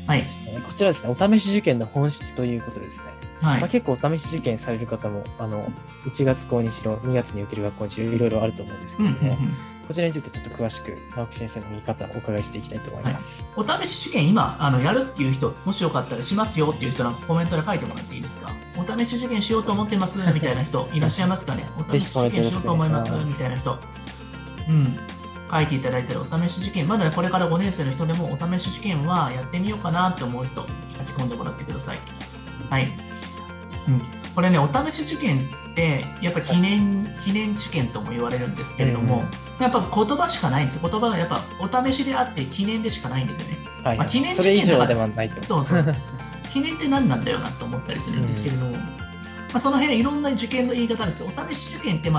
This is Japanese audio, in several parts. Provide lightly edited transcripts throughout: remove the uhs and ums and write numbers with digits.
はい。 こちらですね、お試し受験の本質ということですね。 はい。 結構お試し受験される方も、1月校にしろ、2月に受ける学校にしろ、いろいろあると思うんですけども、こちらについてちょっと詳しく、直樹先生の見方をお伺いしていきたいと思います。 はい、お試し受験、今、やるっていう人、もしよかったらしますよっていう人なんかコメントで書いてもらっていいですか？お試し受験しようと思ってますみたいな人、いらっしゃいますかね？お試し受験しようと思いますみたいな人。書いていただいたら、お試し受験、まだね、これから5年生の人でも、お試し受験はやってみようかなって思う人、書き込んでもらってください。はい。これね、お試し受験って、やっぱり記念受験とも言われるんですけれども、やっぱ言葉しかないんです。言葉がやっぱお試しであって、記念でしかないんですよね。記念受験それ以上ではないと。 そうそう。記念って何なんだよなと思ったりするんですけれども、その辺いろんな受験の言い方なんですけど、お試し受験って、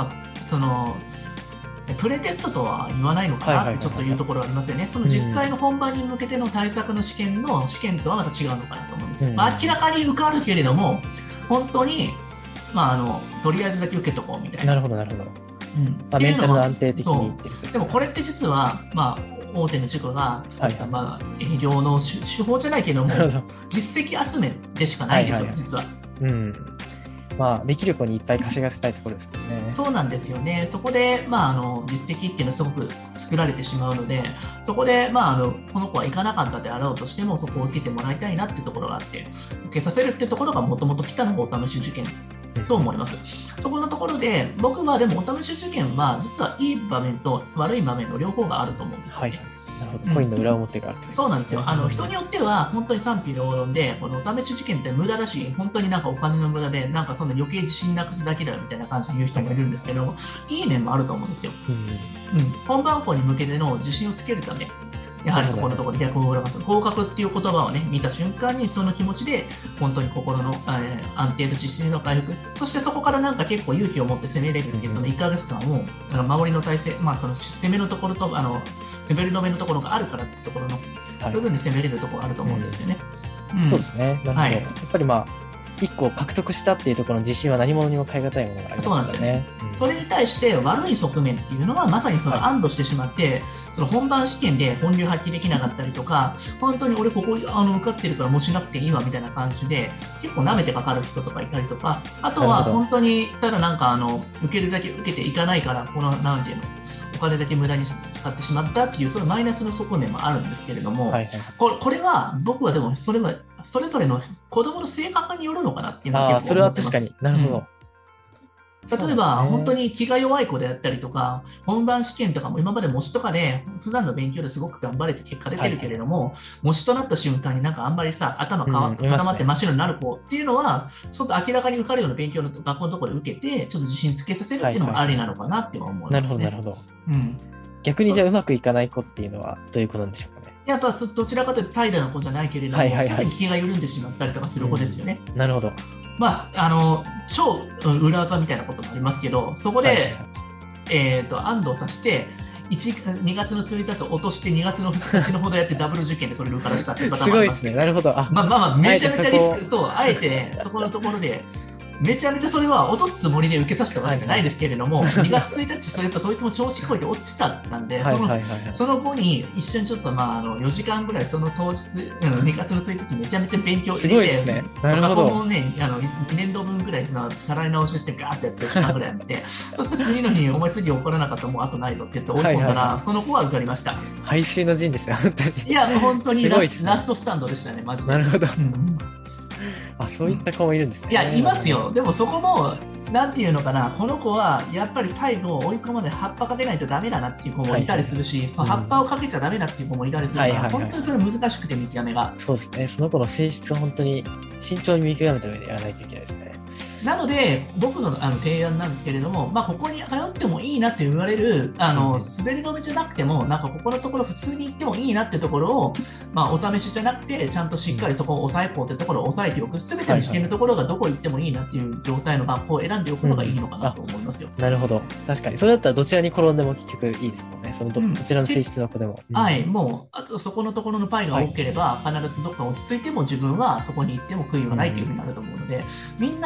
プレテストとは言わないのかなってちょっというところはありますよね。その実際の本番に向けての対策の試験とはまた違うのかなと思うんですよ。明らかに受かるけれども、本当に、とりあえずだけ受けとこうみたいな。 なるほど、なるほど。メンタルの安定的にっていうことですね。 でもこれって実は、大手の塾が作った、営業の手法じゃないけども、実績集めでしかないんですよ、実は。 できる子にいっぱい稼がせたいところですよね。 そうなんですよね。そこで、実績っていうのはすごく作られてしまうので、そこで、この子は行かなかったであろうとしても、そこを受けてもらいたいなっていうところがあって、受けさせるっていうところがもともと来たのがお試し受験と思います。そこのところで、僕はでもお試し受験は、実はいい場面と悪い場面の両方があると思うんですよね。 なるほど、コインの裏表があると、 そうなんですよ。人によっては本当に賛否両論で、このお試し受験って無駄だし、本当になんかお金の無駄で、なんかそんな余計自信なくすだけだよみたいな感じで言う人もいるんですけど、いい面もあると思うんですよ。本番校に向けての自信をつけるため、やはりそこのところで逆を裏返す。合格っていう言葉をね、見た瞬間にその気持ちで、本当に心の、安定と自信の回復、そしてそこからなんか結構勇気を持って攻めれるっていう、その1ヶ月間を、守りの体制、その攻めのところと、滑り止めのところがあるからってところの部分で攻めれるところがあると思うんですよね。 そうですね。なるほど。やっぱり1個獲得したっていうところの自信は何物にも代え難いものがありますからね。 そうなんですよね。それに対して悪い側面っていうのはまさにその安堵してしまって、その本番試験で本領発揮できなかったりとか、本当に俺ここ受かってるからもうしなくていいわみたいな感じで結構舐めてかかる人とかいたりとか、あとは本当にただなんか受けるだけ受けていかないからこのなんていうのお金だけ無駄に使ってしまったっていうそのマイナスの側面もあるんですけれども、これは僕はでもそれぞれの子供の性格によるのかなっていうのは結構思ってます。 それは確かに。なるほど。 例えば、本当に気が弱い子であったりとか、本番試験とかも今まで模試とかで、普段の勉強ですごく頑張れて結果出てるけれども、模試となった瞬間になんかあんまりさ、頭固まって真っ白になる子っていうのは、ちょっと明らかに受かるような勉強の学校のところで受けて、ちょっと自信つけさせるっていうのもありなのかなって思いますね。 なるほど、なるほど。逆にじゃあうまくいかない子っていうのはどういうことなんでしょうかね。 やっぱどちらかというと怠惰な子じゃないけれども、すぐに気が緩んでしまったりとかする子ですよね。 なるほど。 超裏技みたいなこともありますけど、そこで、安藤させて、2月の1日と落として2月の2日死ぬほどやってダブル受験でそれで受からしたっていう方もあります。 すごいですね。なるほど。 めちゃめちゃリスク、そう、あえてそこのところで、めちゃめちゃそれは落とすつもりで受けさせたわけじゃないですけれども、2月1日、そいつも調子こいて落ちたんで、その後に一緒にちょっと4時間ぐらいその当日、2月の1日めちゃめちゃ勉強入れて、過去もね、2年度分ぐらいさらい直ししてガーってやって4時間ぐらいやって、そして次の日、お前次怒らなかったらもうあとないぞって言って追い込んだら、その子は受かりました。 背水の陣ですよ、本当に。 いや、本当にラストスタンドでしたね、マジで。 なるほど。そういった子もいるんですね。 いや、いますよ。でもそこも、なんていうのかな、この子はやっぱり最後追い込まで葉っぱかけないとダメだなっていう子もいたりするし、その葉っぱをかけちゃダメだっていう子もいたりするから、本当にそれ難しくて見極めが。 そうですね。その子の性質を本当に慎重に見極めた上でやらないといけないですね。 なので、僕の提案なんですけれども、ここに通ってもいいなって言われる、滑り止めじゃなくても、なんかここのところ普通に行ってもいいなってところを、お試しじゃなくて、ちゃんとしっかりそこを抑えこうってところを抑えておく、すべての試験のところがどこ行ってもいいなっていう状態の学校を選んでおくのがいいのかなと思いますよ。 なるほど。確かに。それだったらどちらに転んでも結局いいですもんね。そのどちらの性質の子でも。 はい、もう、あとそこのところのパイが多ければ、必ずどっか落ち着いても自分はそこに行っても悔いはないというふうになると思うので、みんな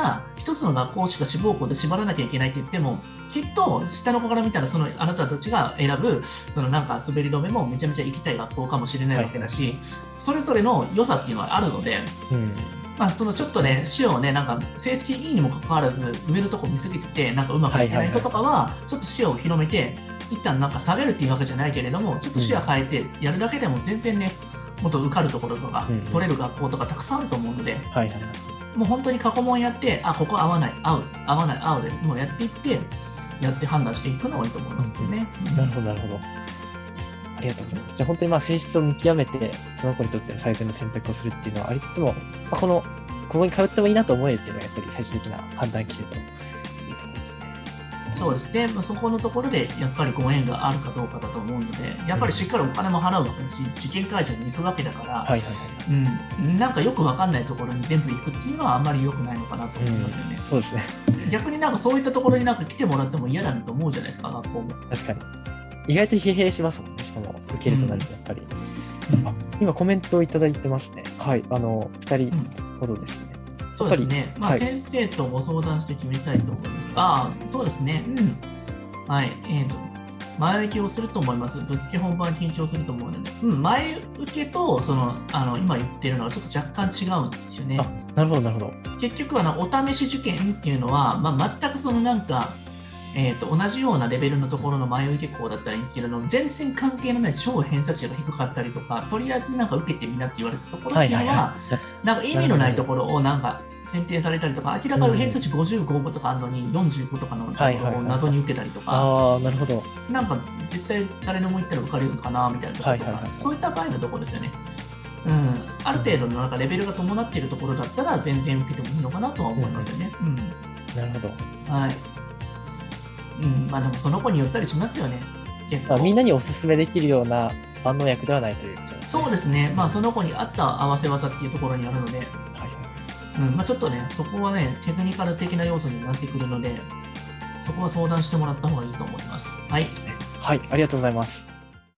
一つの学校しか志望校で縛らなきゃいけないって言っても、きっと下の子から見たら、あなたたちが選ぶ、なんか滑り止めもめちゃめちゃ行きたい学校かもしれないわけだし、それぞれの良さっていうのはあるので、まあ、ちょっとね、視野をね、なんか成績いいにもかかわらず、上のとこ見すぎてて、なんかうまくいってない人とかは、ちょっと視野を広めて、一旦なんか下げるっていうわけじゃないけれども、ちょっと視野変えてやるだけでも全然ね、もっと受かるところとか、取れる学校とかたくさんあると思うので、もう本当に過去問やって、ここ合わない、合う、合わない、合うで、もうやっていって、やって判断していくのがいいと思いますね。 なるほど、なるほど。ありがとうございます。じゃあ本当に性質を見極めて、その子にとっての最善の選択をするっていうのはありつつも、ここに通ってもいいなと思えるっていうのがやっぱり最終的な判断基準というところですね。 そうですね。そこのところでやっぱりご縁があるかどうかだと思うので、やっぱりしっかりお金も払うわけだし、受験会場に行くわけだから、なんかよくわかんないところに全部行くっていうのはあんまり良くないのかなと思いますよね。 そうですね。 逆になんかそういったところになんか来てもらっても嫌だなと思うじゃないですか、学校も。 確かに。意外と疲弊しますもんね。しかも受けるとなるとやっぱり。今コメントをいただいてますね。はい。2人ほどですね。 そうですね。先生とご相談して決めたいと思います。そうですね。はい。前受けをすると思います。ぶっつけ本番緊張すると思うので。前受けと、今言ってるのはちょっと若干違うんですよね。 なるほど、なるほど。 結局お試し受験っていうのは、全くなんか、同じようなレベルのところの前受け校だったらいいんですけど、全然関係のない超偏差値が低かったりとか、とりあえずなんか受けてみなって言われたところっていうのは、なんか意味のないところをなんか選定されたりとか、明らかに偏差値55とかあるのに45とかのところを謎に受けたりとか、 なるほど。 なんか絶対誰でも言ったら受かるのかなみたいなところとか、そういった場合のところですよね。ある程度のなんかレベルが伴っているところだったら全然受けてもいいのかなとは思いますよね。 なるほど。 はい。でもその子によったりしますよね。 みんなにお勧めできるような万能薬ではないということですね。 そうですね。その子に合った合わせ技っていうところにあるので、ちょっとね、そこはね、テクニカル的な要素になってくるので、そこは相談してもらった方がいいと思います。はい。 はい、ありがとうございます。